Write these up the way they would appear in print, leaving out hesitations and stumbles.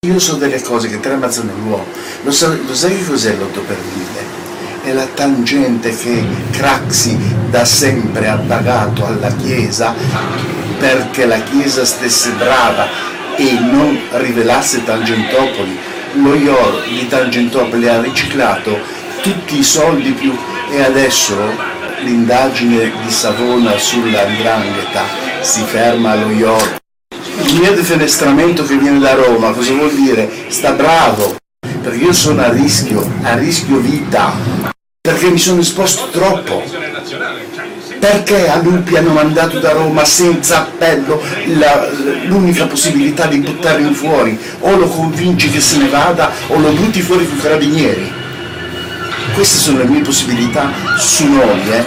Io so delle cose che tramazzano l'uomo. Lo sai che cos'è l'8 per 1000? È la tangente che Craxi da sempre ha pagato alla Chiesa perché la Chiesa stesse brava e non rivelasse Tangentopoli. Lo IOR di Tangentopoli ha riciclato tutti i soldi più e adesso l'indagine di Savona sulla 'ndrangheta si ferma allo IOR. Il mio defenestramento che viene da Roma, cosa vuol dire? Sta bravo, perché io sono a rischio vita, perché mi sono esposto troppo. Perché a Lupi hanno mandato da Roma senza appello l'unica possibilità di buttarmi fuori? O lo convinci che se ne vada o lo butti fuori con i carabinieri. Queste sono le mie possibilità su noi. Il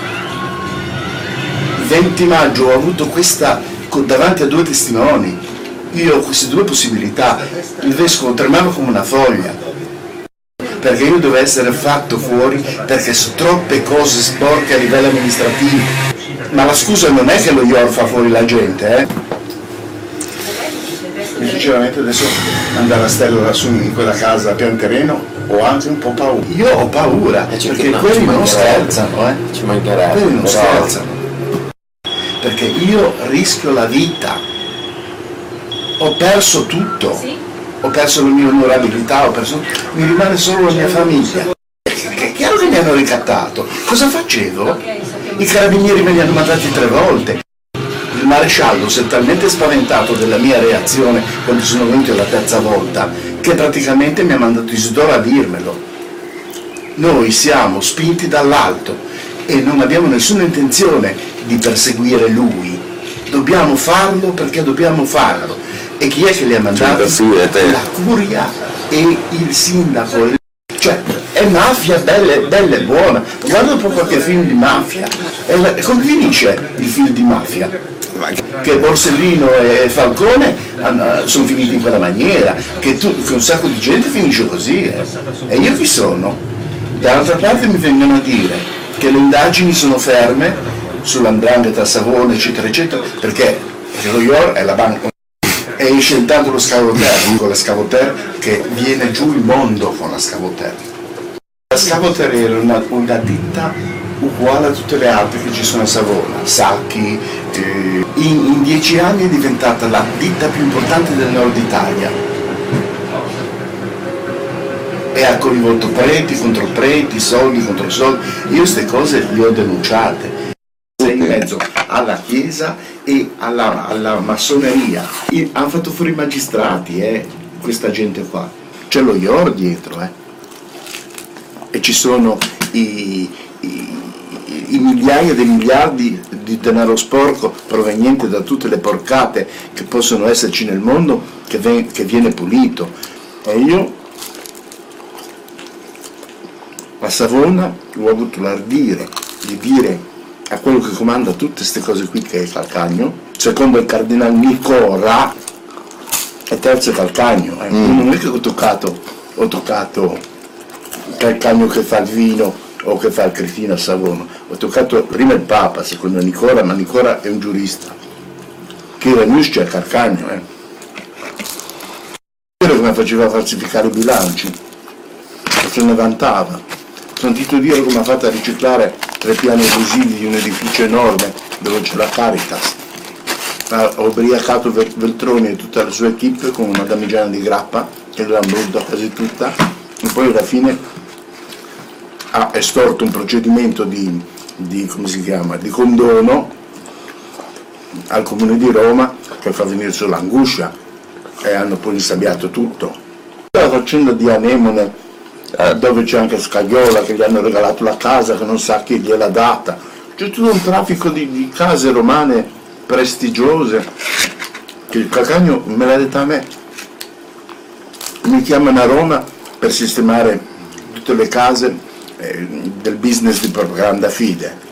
20 maggio ho avuto questa davanti a 2 testimoni. Io ho queste 2 possibilità. Il vescovo tremava come una foglia, perché io devo essere fatto fuori perché so troppe cose sporche a livello amministrativo. Ma la scusa non è che lo IOR fa fuori la gente, Sinceramente adesso andare a stare lassù in quella casa a pian terreno ho anche un po' paura. Io ho paura, perché quelli non scherzano, Ci mancherebbe. Quelli non scherzano. Perché io rischio la vita. Ho perso tutto. Ho perso la mia onorabilità, mi rimane solo la mia famiglia. È chiaro che mi hanno ricattato. Cosa facevo? I carabinieri me li hanno mandati 3 volte. Il maresciallo si è talmente spaventato della mia reazione quando sono venuto la 3ª volta che praticamente mi ha mandato Isidoro a dirmelo. Noi siamo spinti dall'alto e non abbiamo nessuna intenzione di perseguire lui. Dobbiamo farlo perché dobbiamo farlo. E chi è che li ha mandati? La curia e il sindaco. Cioè, è mafia bella e buona. Guarda un po' qualche film di mafia. Come finisce il film di mafia? Che Borsellino e Falcone sono finiti in quella maniera, che un sacco di gente finisce così. E io chi sono? Dall'altra parte mi vengono a dire che le indagini sono ferme sulla 'ndrangheta, Savona, eccetera, eccetera, perché lo IOR è la banca. E esce intanto lo Scavoter, con la Scavoter che viene giù il mondo con la Scavoter. La Scavoter era una ditta uguale a tutte le altre che ci sono a Savona, Sacchi. In 10 anni è diventata la ditta più importante del nord Italia. E ha coinvolto preti contro preti, soldi contro soldi. Io queste cose le ho denunciate. In mezzo alla Chiesa e alla massoneria. Hanno fatto fuori i magistrati, questa gente qua. C'è lo IOR dietro, E ci sono i migliaia di miliardi di denaro sporco proveniente da tutte le porcate che possono esserci nel mondo che viene pulito. E io a Savona ho avuto l'ardire di dire a quello che comanda tutte queste cose qui, che è Calcagno, secondo il cardinale Nicora è terzo Calcagno. Non è che ho toccato Calcagno che fa il vino o che fa il cretino a Savona, ho toccato prima il Papa, secondo Nicora, ma Nicora è un giurista, che era Nuscia a Calcagno. Quello che mi faceva falsificare i bilanci, se ne vantava. Ho sentito dire come ha fatto a riciclare 3 piani abusivi di un edificio enorme dove c'è la Caritas. Ha ubriacato Veltroni e tutta la sua equipe con una damigiana di grappa che l'hanno bevuta quasi tutta, e poi alla fine ha estorto un procedimento di condono al Comune di Roma che fa venire sull'angoscia, e hanno poi insabbiato tutto. La faccenda di Anemone, dove c'è anche Scagliola che gli hanno regalato la casa che non sa chi gliel'ha data, c'è tutto un traffico di case romane prestigiose che il Calcagno me l'ha detta a me. Mi chiamano a Roma per sistemare tutte le case del business di propaganda fide.